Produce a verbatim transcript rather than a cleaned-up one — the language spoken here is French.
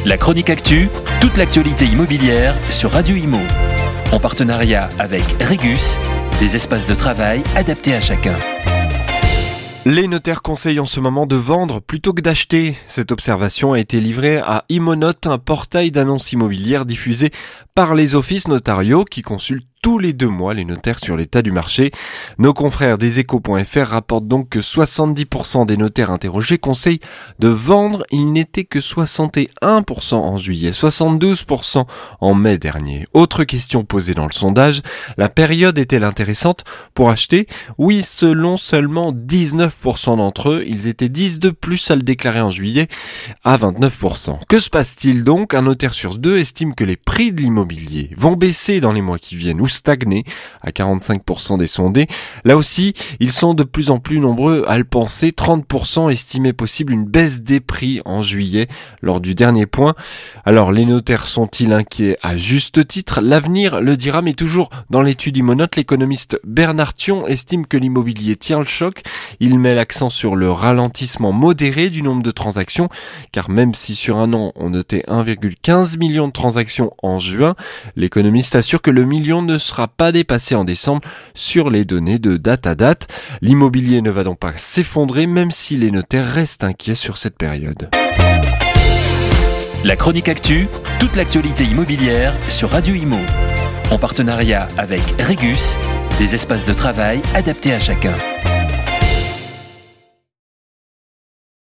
La chronique actu, toute l'actualité immobilière sur Radio Imo. En partenariat avec Regus, des espaces de travail adaptés à chacun. Les notaires conseillent en ce moment de vendre plutôt que d'acheter. Cette observation a été livrée à Imonote, un portail d'annonces immobilières diffusé par les offices notariaux qui consultent tous les deux mois les notaires sur l'état du marché. Nos confrères des échos point f r rapportent donc que soixante-dix pour cent des notaires interrogés conseillent de vendre. Il n'était que soixante et un pour cent en juillet, soixante-douze pour cent en mai dernier. Autre question posée dans le sondage, la période est-elle intéressante pour acheter ? Oui, selon seulement dix-neuf pour cent d'entre eux, ils étaient dix de plus à le déclarer en juillet à vingt-neuf pour cent. Que se passe-t-il donc ? Un notaire sur deux estime que les prix de l'immobilier vont baisser dans les mois qui viennent ou stagner à quarante-cinq pour cent des sondés. Là aussi, ils sont de plus en plus nombreux à le penser. trente pour cent estimaient possible une baisse des prix en juillet lors du dernier point. Alors, les notaires sont-ils inquiets ? À juste titre, l'avenir le dira, mais toujours dans l'étude Imonote, l'économiste Bernard Thion estime que l'immobilier tient le choc. Il met l'accent sur le ralentissement modéré du nombre de transactions, car même si sur un an on notait un virgule quinze million de transactions en juin, l'économiste assure que le million ne sera pas dépassé en décembre sur les données de date à date. L'immobilier ne va donc pas s'effondrer, même si les notaires restent inquiets sur cette période. La chronique actu, toute l'actualité immobilière sur Radio Imo. En partenariat avec Regus, des espaces de travail adaptés à chacun.